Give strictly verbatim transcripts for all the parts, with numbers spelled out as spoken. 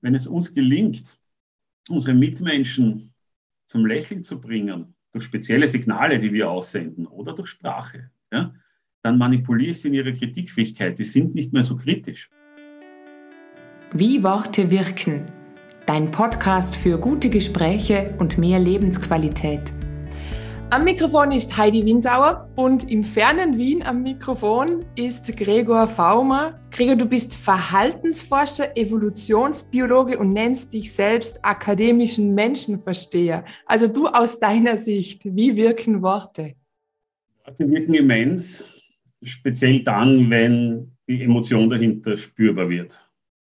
wenn es uns gelingt, unsere Mitmenschen zum Lächeln zu bringen, durch spezielle Signale, die wir aussenden oder durch Sprache, ja, dann manipuliere ich sie in ihrer Kritikfähigkeit. Die sind nicht mehr so kritisch. Wie Worte wirken. Dein Podcast für gute Gespräche und mehr Lebensqualität. Am Mikrofon ist Heidi Winsauer und im fernen Wien am Mikrofon ist Gregor Faumer. Gregor, du bist Verhaltensforscher, Evolutionsbiologe und nennst dich selbst akademischen Menschenversteher. Also du aus deiner Sicht, wie wirken Worte? Worte wirken immens, speziell dann, wenn die Emotion dahinter spürbar wird.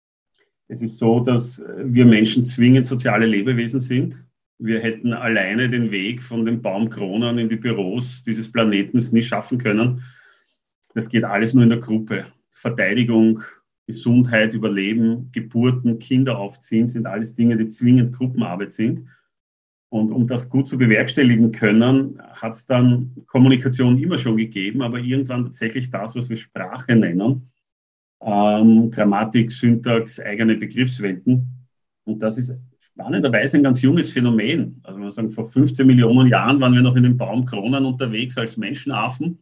Es ist so, dass wir Menschen zwingend soziale Lebewesen sind. Wir hätten alleine den Weg von den Baumkronen in die Büros dieses Planetens nie schaffen können. Das geht alles nur in der Gruppe. Verteidigung, Gesundheit, Überleben, Geburten, Kinder aufziehen sind alles Dinge, die zwingend Gruppenarbeit sind. Und um das gut zu bewerkstelligen können, hat es dann Kommunikation immer schon gegeben, aber irgendwann tatsächlich das, was wir Sprache nennen. Ähm, Grammatik, Syntax, eigene Begriffswelten. Und das ist spannenderweise ein ganz junges Phänomen. Also man sagen, vor fünfzehn Millionen Jahren waren wir noch in den Baumkronen unterwegs als Menschenaffen.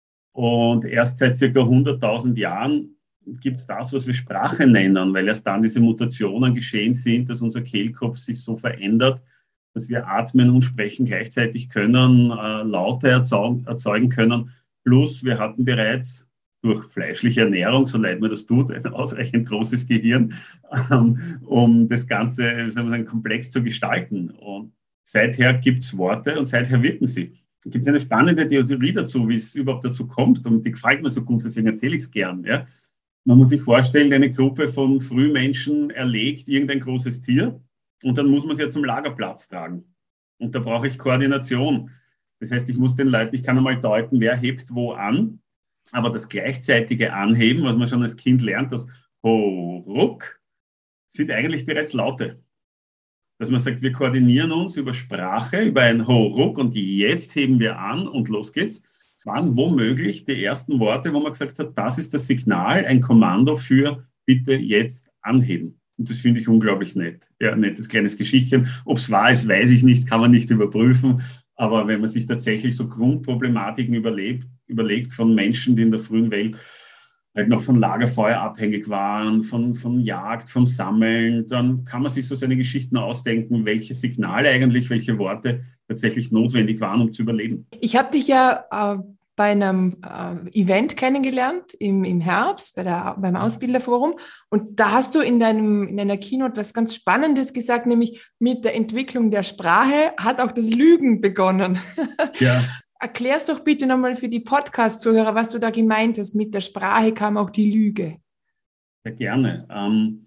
Und erst seit circa hunderttausend Jahren gibt es das, was wir Sprache nennen, weil erst dann diese Mutationen geschehen sind, dass unser Kehlkopf sich so verändert, dass wir atmen und sprechen gleichzeitig können, äh, Laute erzeugen, erzeugen können. Plus wir hatten bereits durch fleischliche Ernährung, so leid mir das tut, ein ausreichend großes Gehirn, ähm, um das Ganze sagen wir sagen, komplex zu gestalten. Und seither gibt es Worte und seither wirken sie. Es gibt eine spannende Theorie dazu, wie es überhaupt dazu kommt, und die gefällt mir so gut, deswegen erzähle ich es gern. Ja. Man muss sich vorstellen, eine Gruppe von Frühmenschen erlegt irgendein großes Tier und dann muss man es ja zum Lagerplatz tragen. Und da brauche ich Koordination. Das heißt, ich muss den Leuten, ich kann einmal deuten, wer hebt wo an. Aber das gleichzeitige Anheben, was man schon als Kind lernt, das Ho, Ruck, sind eigentlich bereits Laute. Dass man sagt, wir koordinieren uns über Sprache, über ein Ho, Ruck und jetzt heben wir an und los geht's, waren womöglich die ersten Worte, wo man gesagt hat, das ist das Signal, ein Kommando für bitte jetzt anheben. Und das finde ich unglaublich nett. Ja, nettes kleines Geschichtchen. Ob es wahr ist, weiß ich nicht, kann man nicht überprüfen. Aber wenn man sich tatsächlich so Grundproblematiken überlebt, überlegt von Menschen, die in der frühen Welt halt noch von Lagerfeuer abhängig waren, von, von Jagd, vom Sammeln, dann kann man sich so seine Geschichten ausdenken, welche Signale eigentlich, welche Worte tatsächlich notwendig waren, um zu überleben. Ich habe dich ja äh, bei einem äh, Event kennengelernt im, im Herbst, bei der, beim Ausbilderforum, und da hast du in, deinem, in deiner Keynote was ganz Spannendes gesagt, nämlich mit der Entwicklung der Sprache hat auch das Lügen begonnen. Ja. Erklär's doch bitte nochmal für die Podcast-Zuhörer, was du da gemeint hast. Mit der Sprache kam auch die Lüge. Sehr gerne. Ähm,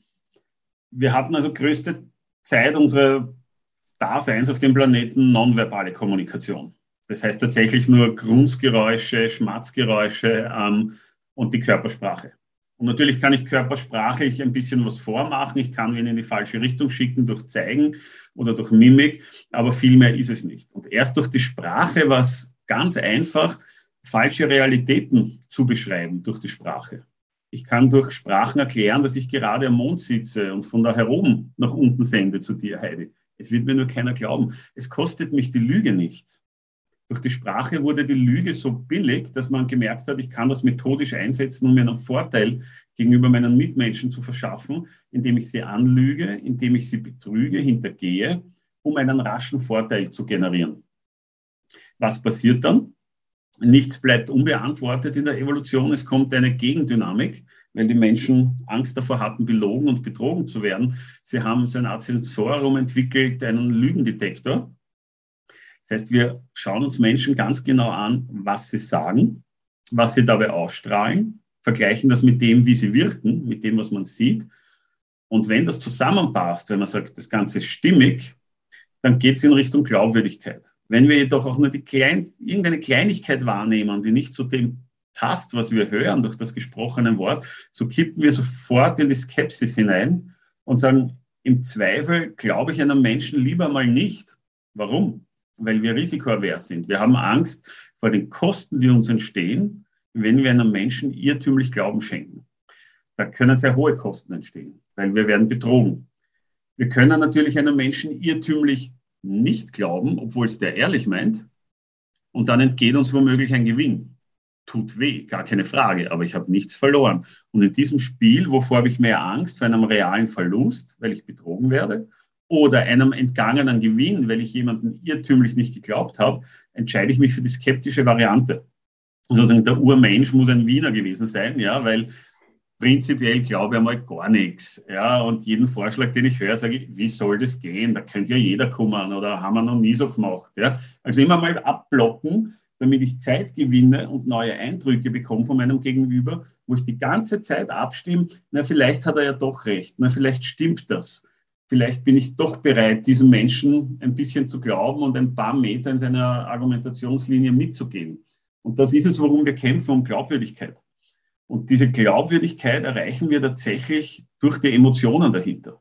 wir hatten also größte Zeit unseres Daseins auf dem Planeten nonverbale Kommunikation. Das heißt tatsächlich nur Grunzgeräusche, Schmatzgeräusche ähm, und die Körpersprache. Und natürlich kann ich körpersprachlich ein bisschen was vormachen. Ich kann ihn in die falsche Richtung schicken durch Zeigen oder durch Mimik, aber viel mehr ist es nicht. Und erst durch die Sprache war es ganz einfach, falsche Realitäten zu beschreiben durch die Sprache. Ich kann durch Sprachen erklären, dass ich gerade am Mond sitze und von da herum nach unten sende zu dir, Heidi. Es wird mir nur keiner glauben. Es kostet mich die Lüge nicht. Durch die Sprache wurde die Lüge so billig, dass man gemerkt hat, ich kann das methodisch einsetzen, um mir einen Vorteil gegenüber meinen Mitmenschen zu verschaffen, indem ich sie anlüge, indem ich sie betrüge, hintergehe, um einen raschen Vorteil zu generieren. Was passiert dann? Nichts bleibt unbeantwortet in der Evolution. Es kommt eine Gegendynamik, weil die Menschen Angst davor hatten, belogen und betrogen zu werden. Sie haben so eine Art Sensorium entwickelt, einen Lügendetektor. Das heißt, wir schauen uns Menschen ganz genau an, was sie sagen, was sie dabei ausstrahlen, vergleichen das mit dem, wie sie wirken, mit dem, was man sieht. Und wenn das zusammenpasst, wenn man sagt, das Ganze ist stimmig, dann geht es in Richtung Glaubwürdigkeit. Wenn wir jedoch auch nur die Klein, irgendeine Kleinigkeit wahrnehmen, die nicht zu dem passt, was wir hören durch das gesprochene Wort, so kippen wir sofort in die Skepsis hinein und sagen, im Zweifel glaube ich einem Menschen lieber mal nicht. Warum? Weil wir risikoavers sind. Wir haben Angst vor den Kosten, die uns entstehen, wenn wir einem Menschen irrtümlich Glauben schenken. Da können sehr hohe Kosten entstehen, weil wir werden betrogen. Wir können natürlich einem Menschen irrtümlich nicht glauben, obwohl es der ehrlich meint. Und dann entgeht uns womöglich ein Gewinn. Tut weh, gar keine Frage, aber ich habe nichts verloren. Und in diesem Spiel, wovor habe ich mehr Angst? Vor einem realen Verlust, weil ich betrogen werde, oder einem entgangenen Gewinn, weil ich jemanden irrtümlich nicht geglaubt habe, entscheide ich mich für die skeptische Variante. Sozusagen der Urmensch muss ein Wiener gewesen sein, ja, weil prinzipiell glaube ich einmal gar nichts. Ja, und jeden Vorschlag, den ich höre, sage ich, wie soll das gehen? Da könnte ja jeder kommen oder haben wir noch nie so gemacht. Ja. Also immer mal abblocken, damit ich Zeit gewinne und neue Eindrücke bekomme von meinem Gegenüber, wo ich die ganze Zeit abstimme, na, vielleicht hat er ja doch recht, na, vielleicht stimmt das. Vielleicht bin ich doch bereit, diesem Menschen ein bisschen zu glauben und ein paar Meter in seiner Argumentationslinie mitzugehen. Und das ist es, worum wir kämpfen, um Glaubwürdigkeit. Und diese Glaubwürdigkeit erreichen wir tatsächlich durch die Emotionen dahinter.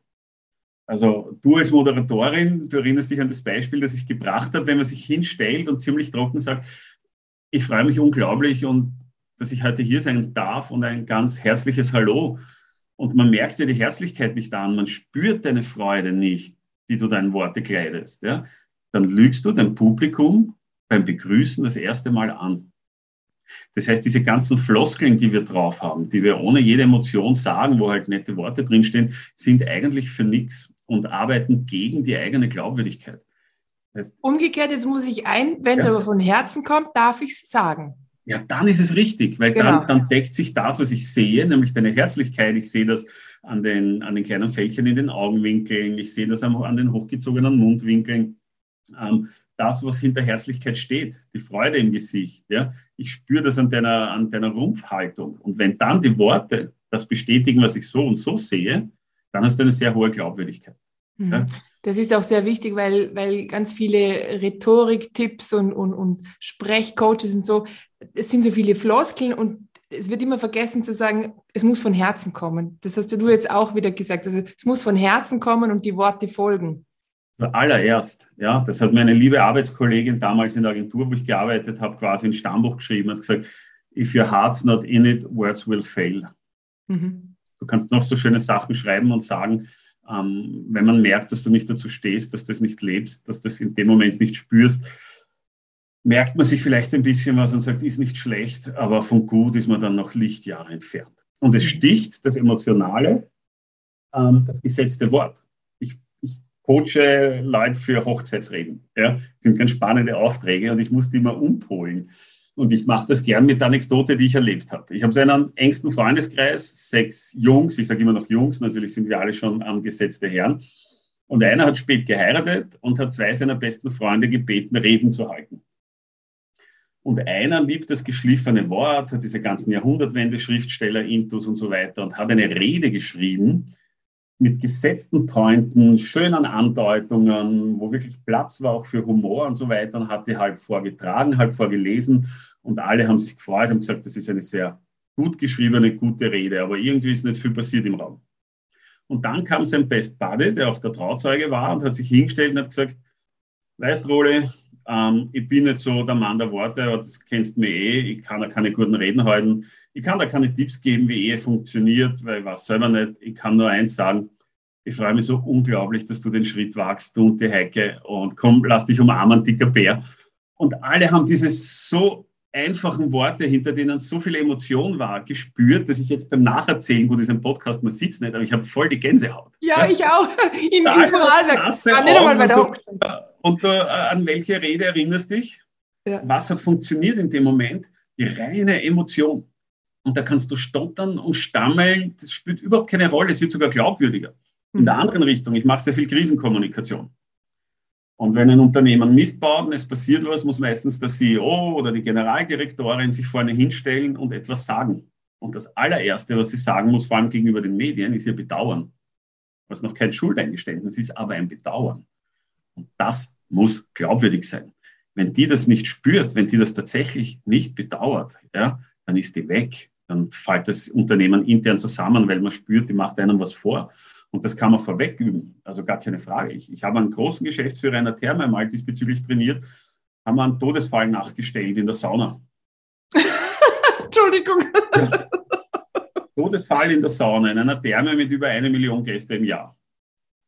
Also du als Moderatorin, du erinnerst dich an das Beispiel, das ich gebracht habe, wenn man sich hinstellt und ziemlich trocken sagt, ich freue mich unglaublich und dass ich heute hier sein darf und ein ganz herzliches Hallo. Und man merkt dir die Herzlichkeit nicht an, man spürt deine Freude nicht, die du deinen Worte kleidest. Ja? Dann lügst du dein Publikum beim Begrüßen das erste Mal an. Das heißt, diese ganzen Floskeln, die wir drauf haben, die wir ohne jede Emotion sagen, wo halt nette Worte drinstehen, sind eigentlich für nichts und arbeiten gegen die eigene Glaubwürdigkeit. Das heißt, umgekehrt, jetzt muss ich ein, wenn es ja. aber von Herzen kommt, darf ich es sagen. Ja, dann ist es richtig, weil Genau. dann, dann deckt sich das, was ich sehe, nämlich deine Herzlichkeit. Ich sehe das an den, an den kleinen Fältchen in den Augenwinkeln, ich sehe das an den hochgezogenen Mundwinkeln. Ähm, das, was hinter Herzlichkeit steht, die Freude im Gesicht. Ja? Ich spüre das an deiner, an deiner Rumpfhaltung. Und wenn dann die Worte das bestätigen, was ich so und so sehe, dann hast du eine sehr hohe Glaubwürdigkeit. Mhm. Ja? Das ist auch sehr wichtig, weil, weil ganz viele Rhetorik-Tipps und, und, und Sprechcoaches und so, es sind so viele Floskeln und es wird immer vergessen zu sagen, es muss von Herzen kommen. Das hast du jetzt auch wieder gesagt. Also es muss von Herzen kommen und die Worte folgen. Allererst, ja, das hat meine liebe Arbeitskollegin damals in der Agentur, wo ich gearbeitet habe, quasi ein Stammbuch geschrieben, hat gesagt, if your heart's not in it, words will fail. Mhm. Du kannst noch so schöne Sachen schreiben und sagen, ähm, wenn man merkt, dass du nicht dazu stehst, dass du es nicht lebst, dass du es in dem Moment nicht spürst, merkt man sich vielleicht ein bisschen was und sagt, ist nicht schlecht, aber von gut ist man dann noch Lichtjahre entfernt. Und es sticht das Emotionale, ähm, das gesetzte Wort. Ich, ich coache Leute für Hochzeitsreden. Ja, das sind ganz spannende Aufträge und ich muss die immer umpolen. Und ich mache das gern mit der Anekdote, die ich erlebt habe. Ich habe so einen engsten Freundeskreis, sechs Jungs, ich sage immer noch Jungs, natürlich sind wir alle schon angesetzte Herren. Und einer hat spät geheiratet und hat zwei seiner besten Freunde gebeten, Reden zu halten. Und einer liebt das geschliffene Wort, hat diese ganzen Jahrhundertwende-Schriftsteller, Intus und so weiter und hat eine Rede geschrieben, mit gesetzten Pointen, schönen Andeutungen, wo wirklich Platz war auch für Humor und so weiter, und hat die halb vorgetragen, halb vorgelesen und alle haben sich gefreut und gesagt, das ist eine sehr gut geschriebene, gute Rede, aber irgendwie ist nicht viel passiert im Raum. Und dann kam sein Best Buddy, der auch der Trauzeuge war, und hat sich hingestellt und hat gesagt, weißt Roli, ähm, ich bin nicht so der Mann der Worte, aber das kennst du mich eh, ich kann da keine guten Reden halten, ich kann da keine Tipps geben, wie Ehe funktioniert, weil ich weiß selber nicht, ich kann nur eins sagen, ich freue mich so unglaublich, dass du den Schritt wagst, du und die Heike, und komm, lass dich umarmen, dicker Bär. Und alle haben diese so einfachen Worte, hinter denen so viel Emotion war, gespürt, dass ich jetzt beim Nacherzählen, gut, ist ein Podcast, man sieht es nicht, aber ich habe voll die Gänsehaut. Ja, ja. Ich auch, in, in Vorarlberg. Und du, äh, an welche Rede erinnerst dich? Ja. Was hat funktioniert in dem Moment? Die reine Emotion. Und da kannst du stottern und stammeln, das spielt überhaupt keine Rolle, es wird sogar glaubwürdiger. In der anderen Richtung, ich mache sehr viel Krisenkommunikation. Und wenn ein Unternehmen Mist baut und es passiert was, muss meistens der C E O oder die Generaldirektorin sich vorne hinstellen und etwas sagen. Und das allererste, was sie sagen muss, vor allem gegenüber den Medien, ist ihr Bedauern. Was noch kein Schuldeingeständnis ist, aber ein Bedauern. Und das muss glaubwürdig sein. Wenn die das nicht spürt, wenn die das tatsächlich nicht bedauert, ja, dann ist die weg. Dann fällt das Unternehmen intern zusammen, weil man spürt, die macht einem was vor. Und das kann man vorweg üben, also gar keine Frage. Ich, ich habe einen großen Geschäftsführer einer Therme mal diesbezüglich trainiert, haben wir einen Todesfall nachgestellt in der Sauna. Entschuldigung. Ja. Todesfall in der Sauna, in einer Therme mit über eine Million Gäste im Jahr.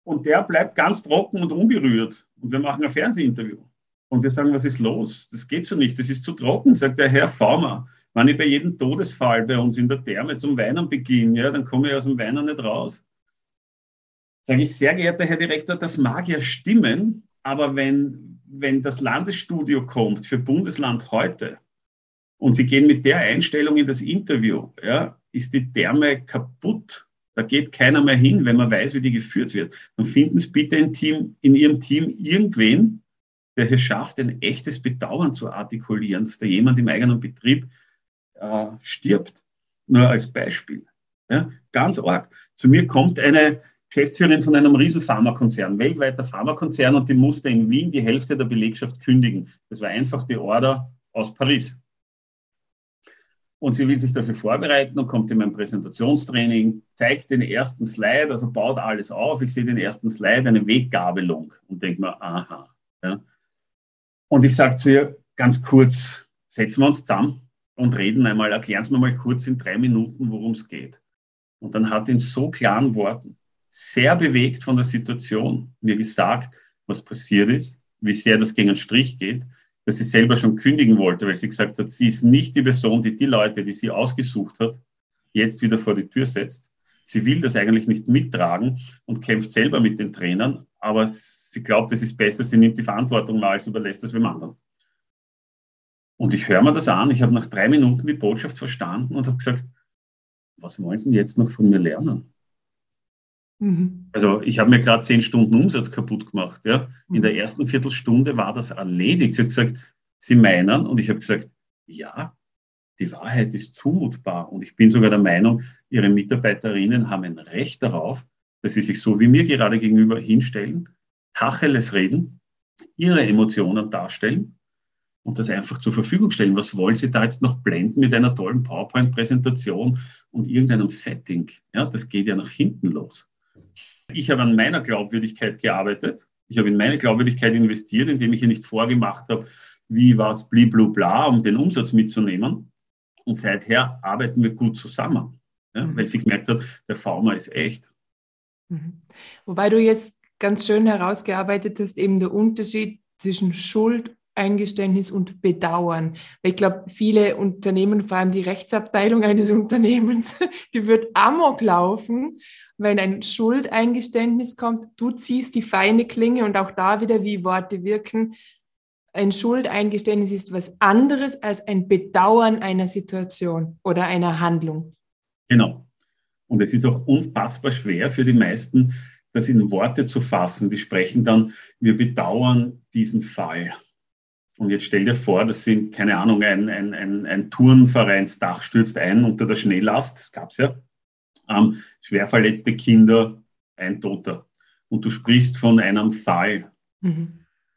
Und der bleibt ganz trocken und unberührt. Und wir machen ein Fernsehinterview. Und wir sagen, was ist los? Das geht so nicht, das ist zu trocken, sagt der Herr Faumer. Wenn ich bei jedem Todesfall bei uns in der Therme zum Weinen beginne, ja, dann komme ich aus dem Weinen nicht raus. Sage ich, sehr geehrter Herr Direktor, das mag ja stimmen, aber wenn, wenn das Landesstudio kommt für Bundesland heute und Sie gehen mit der Einstellung in das Interview, ja, ist die Therme kaputt. Da geht keiner mehr hin, wenn man weiß, wie die geführt wird. Dann finden Sie bitte ein Team, in Ihrem Team irgendwen, der es schafft, ein echtes Bedauern zu artikulieren, dass da jemand im eigenen Betrieb äh, stirbt. Nur als Beispiel. Ja, ganz arg. Zu mir kommt eine Geschäftsführerin von einem riesen Pharmakonzern, weltweiter Pharmakonzern, und die musste in Wien die Hälfte der Belegschaft kündigen. Das war einfach die Order aus Paris. Und sie will sich dafür vorbereiten und kommt in mein Präsentationstraining, zeigt den ersten Slide, also baut alles auf. Ich sehe den ersten Slide, eine Weggabelung, und denke mir, aha. Ja. Und ich sage zu ihr ganz kurz, setzen wir uns zusammen und reden einmal, erklären Sie mir mal kurz in drei Minuten, worum es geht. Und dann hat in so klaren Worten, sehr bewegt von der Situation, mir gesagt, was passiert ist, wie sehr das gegen den Strich geht, dass sie selber schon kündigen wollte, weil sie gesagt hat, sie ist nicht die Person, die die Leute, die sie ausgesucht hat, jetzt wieder vor die Tür setzt. Sie will das eigentlich nicht mittragen und kämpft selber mit den Trainern, aber sie glaubt, es ist besser, sie nimmt die Verantwortung mal, als überlässt das wem anderen. Und ich höre mir das an, ich habe nach drei Minuten die Botschaft verstanden und habe gesagt, was wollen Sie jetzt noch von mir lernen? Mhm. Also ich habe mir gerade zehn Stunden Umsatz kaputt gemacht. Ja? In der ersten Viertelstunde war das erledigt. Sie hat gesagt, Sie meinen, und ich habe gesagt, ja, die Wahrheit ist zumutbar. Und ich bin sogar der Meinung, Ihre Mitarbeiterinnen haben ein Recht darauf, dass sie sich so wie mir gerade gegenüber hinstellen, Tacheles reden, ihre Emotionen darstellen und das einfach zur Verfügung stellen. Was wollen Sie da jetzt noch blenden mit einer tollen PowerPoint-Präsentation und irgendeinem Setting? Ja, das geht ja nach hinten los. Ich habe an meiner Glaubwürdigkeit gearbeitet. Ich habe in meine Glaubwürdigkeit investiert, indem ich ihr nicht vorgemacht habe, wie was bliblubla, um den Umsatz mitzunehmen. Und seither arbeiten wir gut zusammen, ja, mhm. weil sie gemerkt hat, der Faumer ist echt. Mhm. Wobei du jetzt ganz schön herausgearbeitet hast, eben der Unterschied zwischen Schuld, Eingeständnis und Bedauern. Weil ich glaube, viele Unternehmen, vor allem die Rechtsabteilung eines Unternehmens, die wird amok laufen, wenn ein Schuldeingeständnis kommt. Du ziehst die feine Klinge und auch da wieder, wie Worte wirken. Ein Schuldeingeständnis ist was anderes als ein Bedauern einer Situation oder einer Handlung. Genau. Und es ist auch unfassbar schwer für die meisten, das in Worte zu fassen. Die sprechen dann, wir bedauern diesen Fall. Und jetzt stell dir vor, das sind, keine Ahnung, ein, ein, ein, ein Turnvereinsdach stürzt ein unter der Schneelast, das gab es ja, ähm, schwer verletzte Kinder, ein Toter. Und du sprichst von einem Fall. Mhm.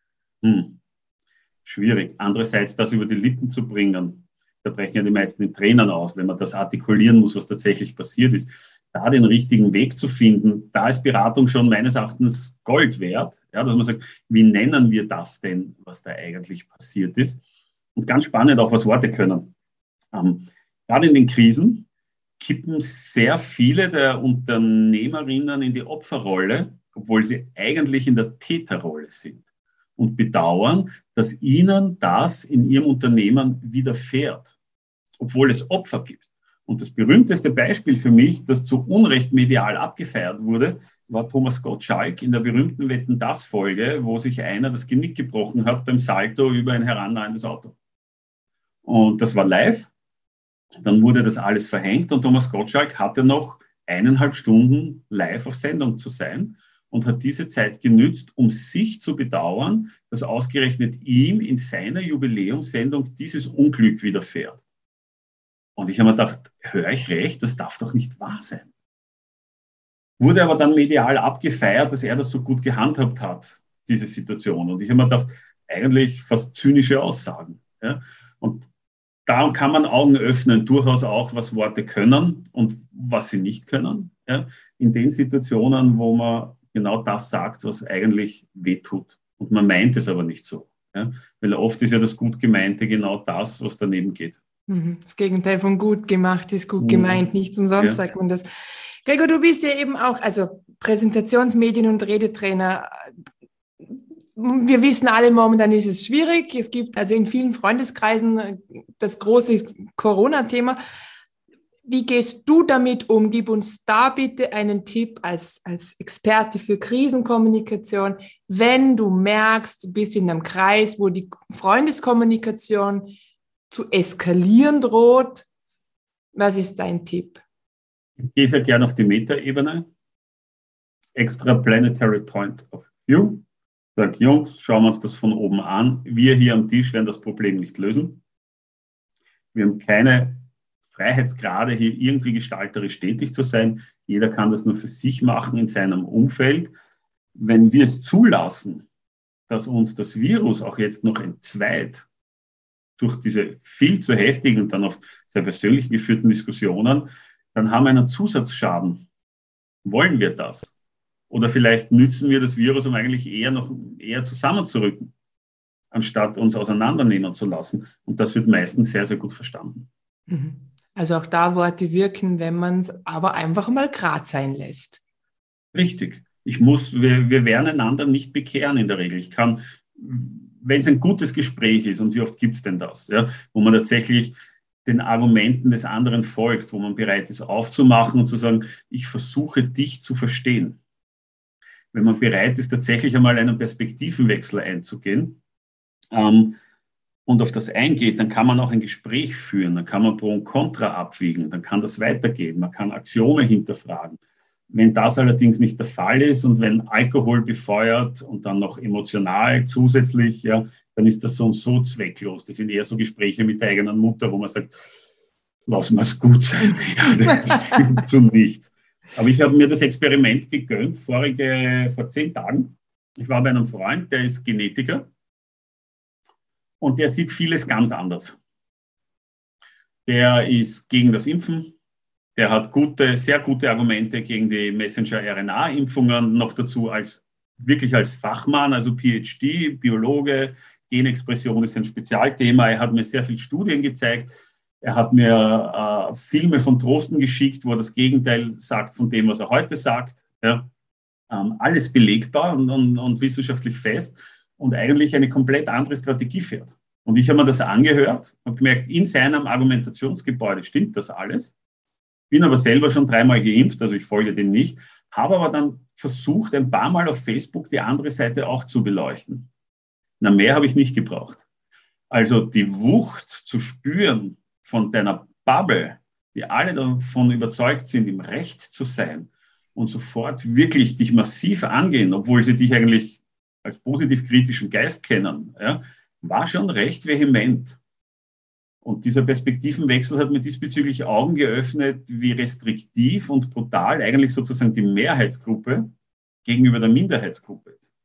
Hm. Schwierig. Andererseits, das über die Lippen zu bringen, da brechen ja die meisten in Tränen aus, wenn man das artikulieren muss, was tatsächlich passiert ist. Da den richtigen Weg zu finden, da ist Beratung schon meines Erachtens Gold wert, ja, dass man sagt, wie nennen wir das denn, was da eigentlich passiert ist? Und ganz spannend auch, was Worte können. Ähm, gerade in den Krisen kippen sehr viele der Unternehmerinnen in die Opferrolle, obwohl sie eigentlich in der Täterrolle sind und bedauern, dass ihnen das in ihrem Unternehmen widerfährt, obwohl es Opfer gibt. Und das berühmteste Beispiel für mich, das zu Unrecht medial abgefeiert wurde, war Thomas Gottschalk in der berühmten Wetten-dass-Folge, wo sich einer das Genick gebrochen hat beim Salto über ein herannahendes Auto. Und das war live. Dann wurde das alles verhängt und Thomas Gottschalk hatte noch eineinhalb Stunden live auf Sendung zu sein und hat diese Zeit genützt, um sich zu bedauern, dass ausgerechnet ihm in seiner Jubiläumssendung dieses Unglück widerfährt. Und ich habe mir gedacht, höre ich recht, das darf doch nicht wahr sein. Wurde aber dann medial abgefeiert, dass er das so gut gehandhabt hat, diese Situation. Und ich habe mir gedacht, eigentlich fast zynische Aussagen. Ja? Und da kann man Augen öffnen, durchaus auch, was Worte können und was sie nicht können. Ja? In den Situationen, wo man genau das sagt, was eigentlich wehtut. Und man meint es aber nicht so. Ja? Weil oft ist ja das gut Gemeinte genau das, was daneben geht. Das Gegenteil von gut gemacht ist gut gemeint, nicht umsonst ja. sagt man das. Gregor, du bist ja eben auch, also Präsentationsmedien und Redetrainer. Wir wissen alle, momentan ist es schwierig. Es gibt also in vielen Freundeskreisen das große Corona-Thema. Wie gehst du damit um? Gib uns da bitte einen Tipp als, als Experte für Krisenkommunikation, wenn du merkst, du bist in einem Kreis, wo die Freundeskommunikation zu eskalieren droht. Was ist dein Tipp? Ich gehe sehr gerne auf die Metaebene. Extraplanetary Point of View. Sag, Jungs, schauen wir uns das von oben an. Wir hier am Tisch werden das Problem nicht lösen. Wir haben keine Freiheitsgrade, hier irgendwie gestalterisch tätig zu sein. Jeder kann das nur für sich machen in seinem Umfeld. Wenn wir es zulassen, dass uns das Virus auch jetzt noch entzweit, durch diese viel zu heftigen und dann oft sehr persönlich geführten Diskussionen, dann haben wir einen Zusatzschaden. Wollen wir das? Oder vielleicht nützen wir das Virus, um eigentlich eher noch eher zusammenzurücken, anstatt uns auseinandernehmen zu lassen. Und das wird meistens sehr, sehr gut verstanden. Also auch da Worte wirken, wenn man es aber einfach mal grad sein lässt. Richtig. Ich muss, wir, wir werden einander nicht bekehren in der Regel. Ich kann, wenn es ein gutes Gespräch ist, und wie oft gibt es denn das, ja, wo man tatsächlich den Argumenten des anderen folgt, wo man bereit ist aufzumachen und zu sagen, ich versuche dich zu verstehen. Wenn man bereit ist, tatsächlich einmal einen Perspektivenwechsel einzugehen, ähm, und auf das eingeht, dann kann man auch ein Gespräch führen, dann kann man Pro und Contra abwiegen, dann kann das weitergehen, man kann Axiome hinterfragen. Wenn das allerdings nicht der Fall ist und wenn Alkohol befeuert und dann noch emotional zusätzlich, ja, dann ist das so und so zwecklos. Das sind eher so Gespräche mit der eigenen Mutter, wo man sagt, lass mal es gut sein. Ja, das stimmt so nicht. Aber ich habe mir das Experiment gegönnt, vorige, vor zehn Tagen. Ich war bei einem Freund, der ist Genetiker. Und der sieht vieles ganz anders. Der ist gegen das Impfen. Der hat gute, sehr gute Argumente gegen die Messenger-R N A-Impfungen. Noch dazu als, wirklich als Fachmann, also P H D, Biologe. Genexpression ist ein Spezialthema. Er hat mir sehr viele Studien gezeigt. Er hat mir äh, Filme von Drosten geschickt, wo er das Gegenteil sagt von dem, was er heute sagt. Ja. Ähm, alles belegbar und, und, und wissenschaftlich fest. Und eigentlich eine komplett andere Strategie fährt. Und ich habe mir das angehört, habe gemerkt, in seinem Argumentationsgebäude stimmt das alles, bin aber selber schon dreimal geimpft, also ich folge dem nicht, habe aber dann versucht, ein paar Mal auf Facebook die andere Seite auch zu beleuchten. Na, mehr habe ich nicht gebraucht. Also die Wucht zu spüren von deiner Bubble, die alle davon überzeugt sind, im Recht zu sein und sofort wirklich dich massiv angehen, obwohl sie dich eigentlich als positiv-kritischen Geist kennen, ja, war schon recht vehement. Und dieser Perspektivenwechsel hat mir diesbezüglich Augen geöffnet, wie restriktiv und brutal eigentlich sozusagen die Mehrheitsgruppe gegenüber der Minderheitsgruppe ist.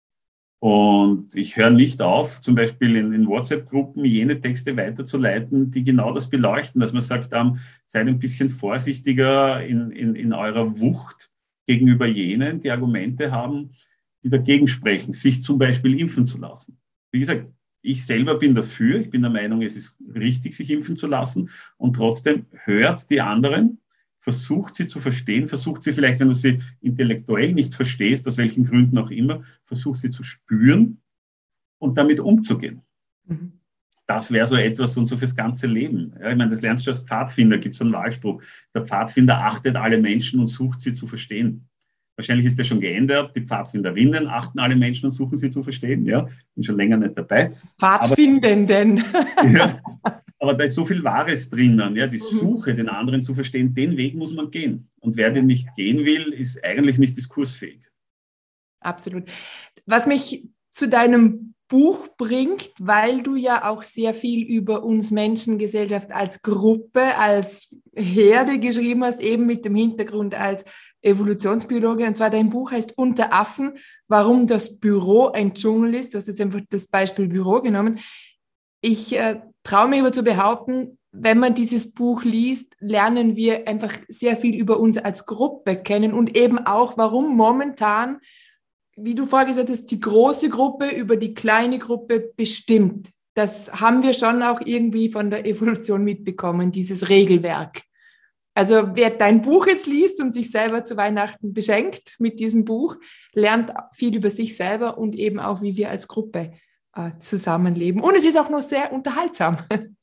Und ich höre nicht auf, zum Beispiel in, in WhatsApp-Gruppen jene Texte weiterzuleiten, die genau das beleuchten, dass man sagt, ähm, seid ein bisschen vorsichtiger in, in, in eurer Wucht gegenüber jenen, die Argumente haben, die dagegen sprechen, sich zum Beispiel impfen zu lassen. Wie gesagt, ich selber bin dafür, ich bin der Meinung, es ist richtig, sich impfen zu lassen und trotzdem hört die anderen, versucht sie zu verstehen, versucht sie vielleicht, wenn du sie intellektuell nicht verstehst, aus welchen Gründen auch immer, versucht sie zu spüren und damit umzugehen. Mhm. Das wäre so etwas und so fürs ganze Leben. Ja, ich meine, das lernst du als Pfadfinder, gibt es einen Wahlspruch. Der Pfadfinder achtet alle Menschen und sucht sie zu verstehen. Wahrscheinlich ist der schon geändert. Die Pfadfinderinnen achten alle Menschen und suchen sie zu verstehen. Ja, bin schon länger nicht dabei. Pfadfindenden. Ja, aber da ist so viel Wahres drinnen. Ja, die Suche, den anderen zu verstehen, den Weg muss man gehen. Und wer den nicht gehen will, ist eigentlich nicht diskursfähig. Absolut. Was mich zu deinem Buch bringt, weil du ja auch sehr viel über uns Menschengesellschaft als Gruppe, als Herde geschrieben hast, eben mit dem Hintergrund als Evolutionsbiologe. Und zwar dein Buch heißt Unter Affen, warum das Büro ein Dschungel ist. Du hast jetzt einfach das Beispiel Büro genommen. Ich äh, traue mir aber zu behaupten, wenn man dieses Buch liest, lernen wir einfach sehr viel über uns als Gruppe kennen und eben auch, warum momentan, wie du vorher gesagt hast, die große Gruppe über die kleine Gruppe bestimmt. Das haben wir schon auch irgendwie von der Evolution mitbekommen, dieses Regelwerk. Also wer dein Buch jetzt liest und sich selber zu Weihnachten beschenkt mit diesem Buch, lernt viel über sich selber und eben auch, wie wir als Gruppe äh, zusammenleben. Und es ist auch noch sehr unterhaltsam.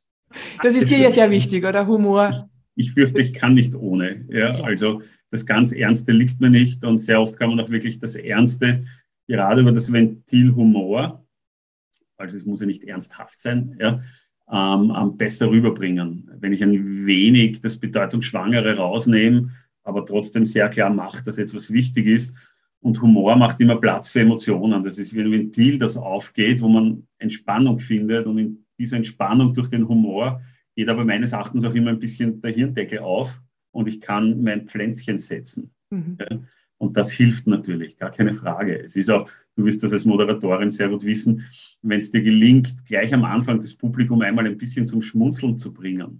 Das ist dir ja sehr wichtig, oder? Humor. Ich, ich fürchte, ich kann nicht ohne. Ja? Also das ganz Ernste liegt mir nicht und sehr oft kann man auch wirklich das Ernste, gerade über das Ventil Humor, also es muss ja nicht ernsthaft sein, ja, ähm, besser rüberbringen. Wenn ich ein wenig das Bedeutungsschwangere rausnehme, aber trotzdem sehr klar mache, dass etwas wichtig ist. Und Humor macht immer Platz für Emotionen. Das ist wie ein Ventil, das aufgeht, wo man Entspannung findet. Und in dieser Entspannung durch den Humor geht aber meines Erachtens auch immer ein bisschen der Hirndeckel auf und ich kann mein Pflänzchen setzen. Mhm. Ja? Und das hilft natürlich, gar keine Frage. Es ist auch, du wirst das als Moderatorin sehr gut wissen, wenn es dir gelingt, gleich am Anfang das Publikum einmal ein bisschen zum Schmunzeln zu bringen,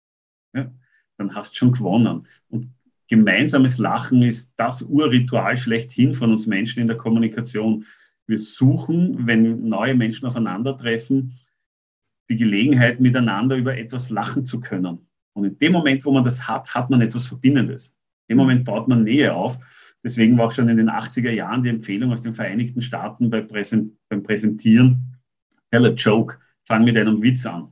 ja, dann hast du schon gewonnen. Und gemeinsames Lachen ist das Urritual schlechthin von uns Menschen in der Kommunikation. Wir suchen, wenn neue Menschen aufeinandertreffen, die Gelegenheit, miteinander über etwas lachen zu können. Und in dem Moment, wo man das hat, hat man etwas Verbindendes. In dem Moment baut man Nähe auf. Deswegen war auch schon in den achtziger Jahren die Empfehlung aus den Vereinigten Staaten bei Präsent, beim Präsentieren, tell a joke, fang mit einem Witz an.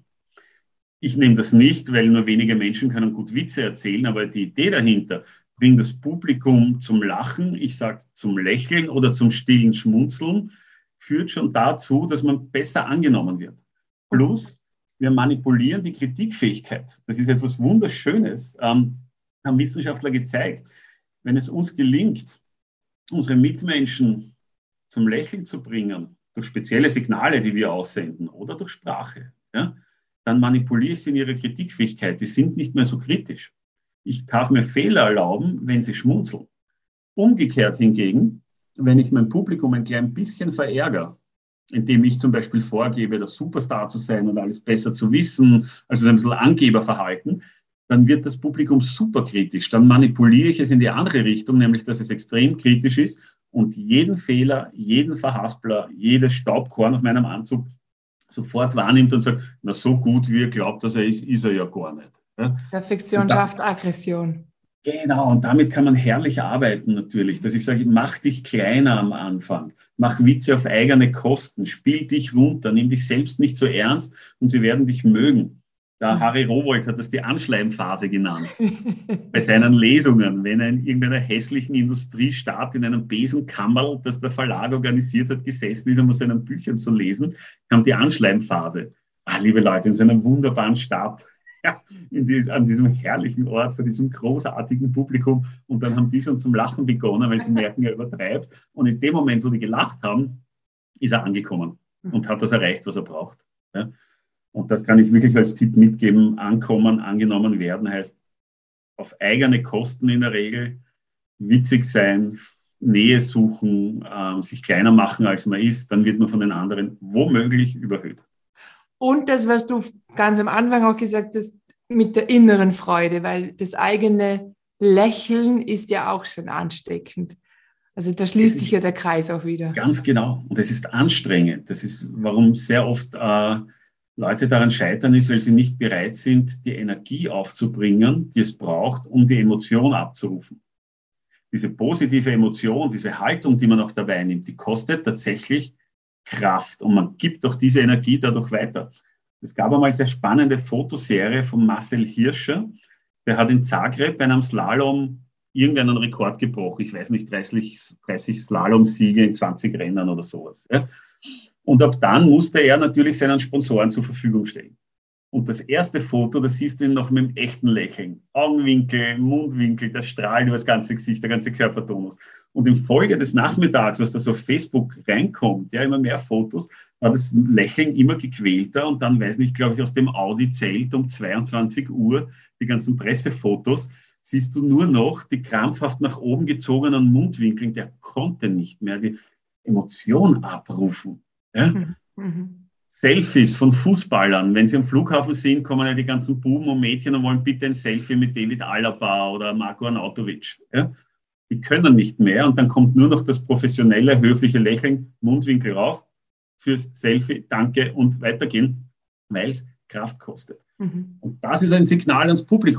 Ich nehme das nicht, weil nur wenige Menschen können gut Witze erzählen, aber die Idee dahinter, bring das Publikum zum Lachen, ich sage zum Lächeln oder zum stillen Schmunzeln, führt schon dazu, dass man besser angenommen wird. Plus, wir manipulieren die Kritikfähigkeit. Das ist etwas Wunderschönes, ähm, haben Wissenschaftler gezeigt. Wenn es uns gelingt, unsere Mitmenschen zum Lächeln zu bringen, durch spezielle Signale, die wir aussenden oder durch Sprache, ja, dann manipuliere ich sie in ihrer Kritikfähigkeit. Die sind nicht mehr so kritisch. Ich darf mir Fehler erlauben, wenn sie schmunzeln. Umgekehrt hingegen, wenn ich mein Publikum ein klein bisschen verärgere, indem ich zum Beispiel vorgebe, der Superstar zu sein und alles besser zu wissen, also ein bisschen Angeberverhalten, dann wird das Publikum super kritisch. Dann manipuliere ich es in die andere Richtung, nämlich dass es extrem kritisch ist und jeden Fehler, jeden Verhaspler, jedes Staubkorn auf meinem Anzug sofort wahrnimmt und sagt, na so gut wie er glaubt, dass er ist, ist er ja gar nicht. Ja? Perfektion da, schafft Aggression. Genau, und damit kann man herrlich arbeiten natürlich, dass ich sage, mach dich kleiner am Anfang, mach Witze auf eigene Kosten, spiel dich runter, nimm dich selbst nicht so ernst und sie werden dich mögen. Der Harry Rowohlt hat das die Anschleimphase genannt. Bei seinen Lesungen, wenn er in irgendeiner hässlichen Industriestadt in einem Besenkammerl, das der Verlag organisiert hat, gesessen ist, um aus seinen Büchern zu lesen, kam die Anschleimphase. Ah, liebe Leute, in so einer wunderbaren Stadt, ja, in dies, an diesem herrlichen Ort, vor diesem großartigen Publikum. Und dann haben die schon zum Lachen begonnen, weil sie merken, er übertreibt. Und in dem Moment, wo die gelacht haben, ist er angekommen und hat das erreicht, was er braucht. Ja. Und das kann ich wirklich als Tipp mitgeben. Ankommen, angenommen werden heißt auf eigene Kosten in der Regel, witzig sein, Nähe suchen, ähm, sich kleiner machen, als man ist, dann wird man von den anderen womöglich überhöht. Und das, was du ganz am Anfang auch gesagt hast, mit der inneren Freude, weil das eigene Lächeln ist ja auch schon ansteckend. Also da schließt sich ja der Kreis auch wieder. Ganz genau. Und es ist anstrengend. Das ist, warum sehr oft äh, Leute daran scheitern, ist, weil sie nicht bereit sind, die Energie aufzubringen, die es braucht, um die Emotion abzurufen. Diese positive Emotion, diese Haltung, die man auch dabei nimmt, die kostet tatsächlich Kraft und man gibt auch diese Energie dadurch weiter. Es gab einmal eine sehr spannende Fotoserie von Marcel Hirscher, der hat in Zagreb bei einem Slalom irgendeinen Rekord gebrochen, ich weiß nicht, dreißig, dreißig Slalom-Siege in zwanzig Rennen oder sowas. Ja. Und ab dann musste er natürlich seinen Sponsoren zur Verfügung stellen. Und das erste Foto, das siehst du ihn noch mit dem echten Lächeln. Augenwinkel, Mundwinkel, der strahlt über das ganze Gesicht, der ganze Körpertonus. Und im Folge des Nachmittags, was da so auf Facebook reinkommt, ja, immer mehr Fotos, war das Lächeln immer gequälter. Und dann, weiß nicht, glaube ich, aus dem Audi-Zelt um zweiundzwanzig Uhr, die ganzen Pressefotos, siehst du nur noch die krampfhaft nach oben gezogenen Mundwinkeln. Der konnte nicht mehr die Emotion abrufen. Ja? Mhm. Mhm. Selfies von Fußballern. Wenn sie am Flughafen sind, kommen ja die ganzen Buben und Mädchen und wollen bitte ein Selfie mit David Alaba oder Marko Arnautovic. Ja? Die können nicht mehr und dann kommt nur noch das professionelle, höfliche Lächeln, Mundwinkel rauf, fürs Selfie, danke und weitergehen, weil es Kraft kostet. Mhm. Und das ist ein Signal ans Publikum.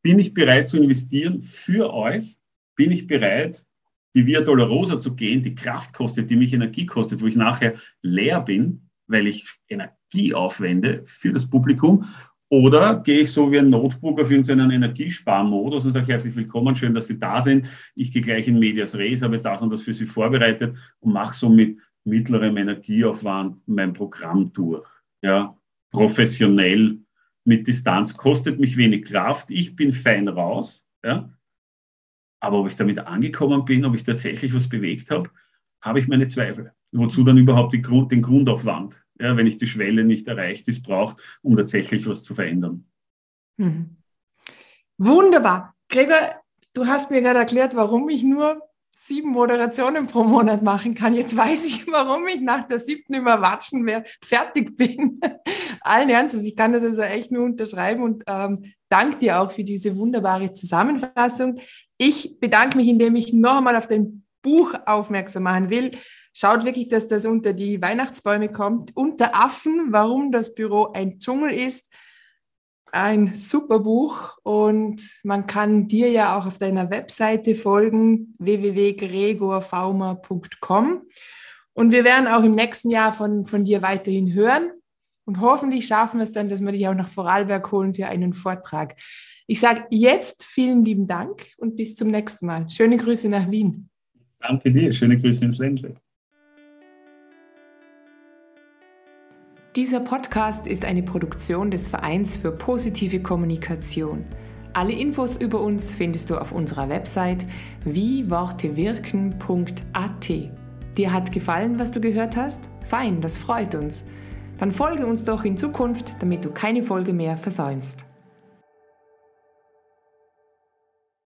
bin ich bereit zu investieren für euch? Bin ich bereit, die Via Dolorosa zu gehen, die Kraft kostet, die mich Energie kostet, wo ich nachher leer bin, weil ich Energie aufwende für das Publikum? Oder gehe ich so wie ein Notebook auf irgendeinen Energiesparmodus und sage herzlich willkommen, schön, dass Sie da sind. Ich gehe gleich in Medias Res, habe das und das für Sie vorbereitet und mache so mit mittlerem Energieaufwand mein Programm durch. Ja, professionell, mit Distanz, kostet mich wenig Kraft. Ich bin fein raus. Ja. Aber ob ich damit angekommen bin, ob ich tatsächlich was bewegt habe, habe ich meine Zweifel. Wozu dann überhaupt die Grund, den Grundaufwand, ja, wenn ich die Schwelle nicht erreicht ist, brauche, um tatsächlich was zu verändern. Mhm. Wunderbar. Gregor, du hast mir gerade erklärt, warum ich nur sieben Moderationen pro Monat machen kann. Jetzt weiß ich, warum ich nach der siebten Überwatschen mehr fertig bin. Allen Ernstes, ich kann das also echt nur unterschreiben und ähm, danke dir auch für diese wunderbare Zusammenfassung. Ich bedanke mich, indem ich noch einmal auf dein Buch aufmerksam machen will. Schaut wirklich, dass das unter die Weihnachtsbäume kommt. Unter Affen, warum das Büro ein Dschungel ist. Ein super Buch und man kann dir ja auch auf deiner Webseite folgen, w w w punkt gregor faumer punkt com. Und wir werden auch im nächsten Jahr von, von dir weiterhin hören. Und hoffentlich schaffen wir es dann, dass wir dich auch nach Vorarlberg holen für einen Vortrag. Ich sage jetzt vielen lieben Dank und bis zum nächsten Mal. Schöne Grüße nach Wien. Danke dir, schöne Grüße ins Ländle. Dieser Podcast ist eine Produktion des Vereins für positive Kommunikation. Alle Infos über uns findest du auf unserer Website wie worte wirken punkt a t. Dir hat gefallen, was du gehört hast? Fein, das freut uns. Dann folge uns doch in Zukunft, damit du keine Folge mehr versäumst.